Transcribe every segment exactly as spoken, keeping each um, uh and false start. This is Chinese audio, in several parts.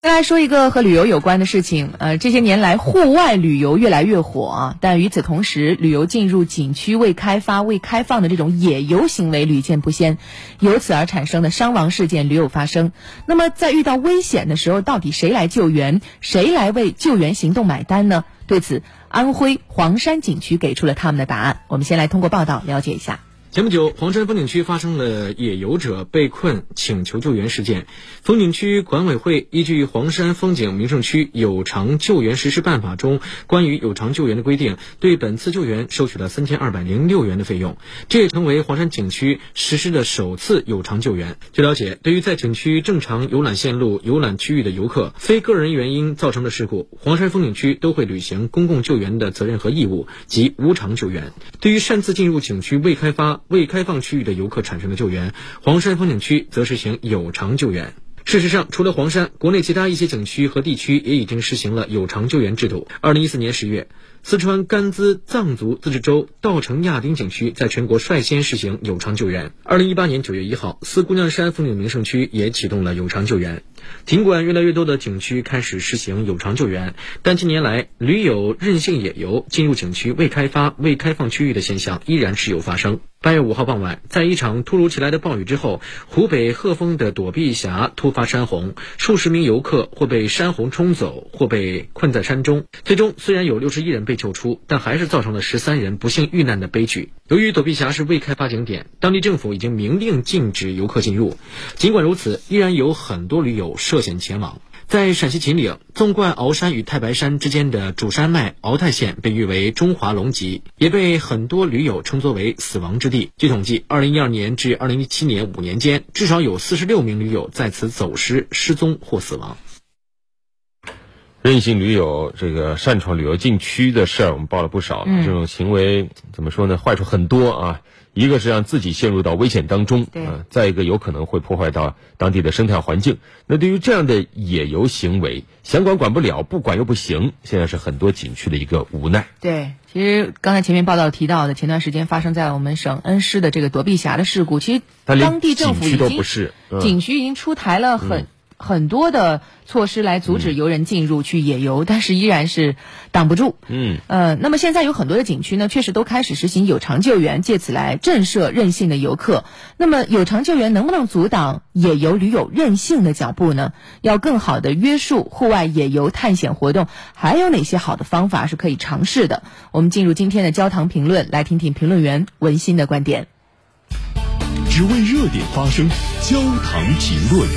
再来说一个和旅游有关的事情，呃，这些年来户外旅游越来越火啊，但与此同时，旅游进入景区未开发、未开放的这种野游行为屡见不鲜，由此而产生的伤亡事件屡有发生。那么，在遇到危险的时候，到底谁来救援？谁来为救援行动买单呢？对此，安徽黄山景区给出了他们的答案。我们先来通过报道了解一下。 前不久，黄山风景区发生了野游者被困请求救援事件。风景区管委会依据《黄山风景名胜区有偿救援实施办法》中关于有偿救援的规定，对本次救援收取了三千二百零六元的费用，这也成为黄山景区实施的首次有偿救援。据了解，对于在景区正常游览线路、游览区域的游客，非个人原因造成的事故，黄山风景区都会履行公共救援的责任和义务及无偿救援。对于擅自进入景区未开发、未开放区域的游客产生的救援，黄山风景区则实行有偿救援。事实上，除了黄山，国内其他一些景区和地区也已经实行了有偿救援制度。二零一四年十月，四川甘孜藏族自治州稻城亚丁景区在全国率先实行有偿救援。二零一八年九月一号，四姑娘山风景名胜区也启动了有偿救援。尽管越来越多的景区开始实行有偿救援，但近年来驴友任性野游进入景区未开发、未开放区域的现象依然时有发生。八月五号傍晚，在一场突如其来的暴雨之后，湖北鹤峰的躲避峡突发山洪，数十名游客或被山洪冲走，或被困在山中。最终虽然有六十一人被救出，但还是造成了十三人不幸遇难的悲剧。由于躲避峡是未开发景点，当地政府已经明令禁止游客进入。尽管如此，依然有很多驴友涉险前往。在陕西秦岭，纵贯鳌山与太白山之间的主山脉鳌太县被誉为中华龙脊，也被很多驴友称作为死亡之地。据统计，二零一二年至二零一七年五年间，至少有四十六名驴友在此走失、失踪或死亡。 任性驴友这个擅闯旅游禁区的事儿，我们报了不少了。嗯、这种行为怎么说呢？坏处很多啊。一个是让自己陷入到危险当中，呃，再一个有可能会破坏到当地的生态环境。那对于这样的野游行为，想管管不了，不管又不行，现在是很多景区的一个无奈。 对，其实刚才前面报道提到的，前段时间发生在我们省恩施的这个躲避峡的事故，其实当地政府已经景区都不是， 嗯、景区已经出台了很。嗯很多的措施来阻止游人进入去野游，嗯、但是依然是挡不住。嗯，呃，那么现在有很多的景区呢，确实都开始实行有偿救援，借此来震慑任性的游客。那么有偿救援能不能阻挡野游驴友任性的脚步呢？要更好的约束户外野游探险活动，还有哪些好的方法是可以尝试的？我们进入今天的焦糖评论，来听听评论员文心的观点。 只为热点发声，焦糖评论。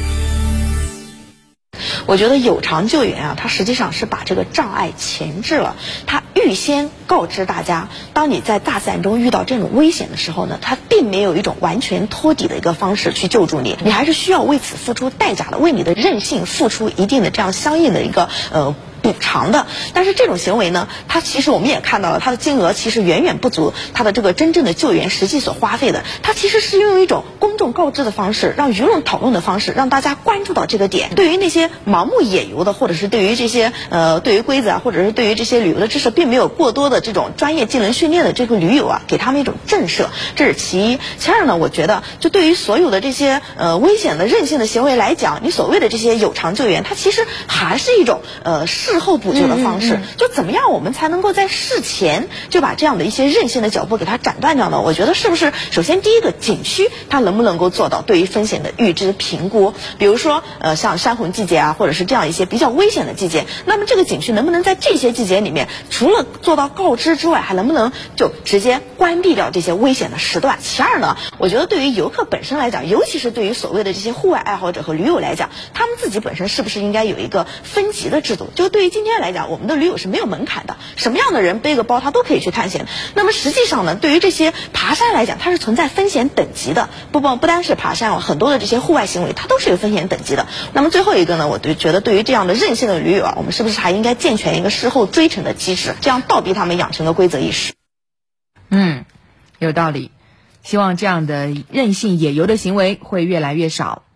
我觉得有偿救援啊，它实际上是把这个障碍前置了，它预先告知大家，当你在大自然中遇到这种危险的时候呢，它并没有一种完全托底的一个方式去救助你，你还是需要为此付出代价的，为你的任性付出一定的这样相应的一个呃补偿的。但是这种行为呢，它其实我们也看到了，它的金额其实远远不足它的这个真正的救援实际所花费的。它其实是用一种公众告知的方式，让舆论讨论的方式，让大家关注到这个点。对于那些盲目野游的，或者是对于这些呃对于规则啊，或者是对于这些旅游的知识并没有过多的这种专业技能训练的这个驴友啊，给他们一种震慑，这是其一。其二呢，我觉得就对于所有的这些呃危险的任性的行为来讲，你所谓的这些有偿救援，它其实还是一种呃事后补救的方式。嗯嗯嗯就怎么样我们才能够在事前就把这样的一些任性的脚步给它斩断掉呢？我觉得是不是首先第一个，景区它能不能够做到对于风险的预知评估？比如说呃像山洪季节啊，或者是这样一些比较危险的季节，那么这个景区能不能在这些季节里面，除了做到告知之外，还能不能就直接关闭掉这些危险的时段？其二呢，我觉得对于游客本身来讲，尤其是对于所谓的这些户外爱好者和驴友来讲，他们自己本身是不是应该有一个分级的制度？就对于今天来讲，我们的驴友是没有门槛的，什么样的人背个包他都可以去探险。那么实际上呢，对于这些爬山来讲，它是存在风险等级的，不不不单是爬山哦，很多的这些户外行为它都是有风险等级的。那么最后一个呢，我对觉得对于这样的任性的驴友啊，我们是不是还应该健全一个事后追惩的机制，这样倒逼他们养成个规则意识？ 嗯，有道理。希望这样的任性野游的行为会越来越少。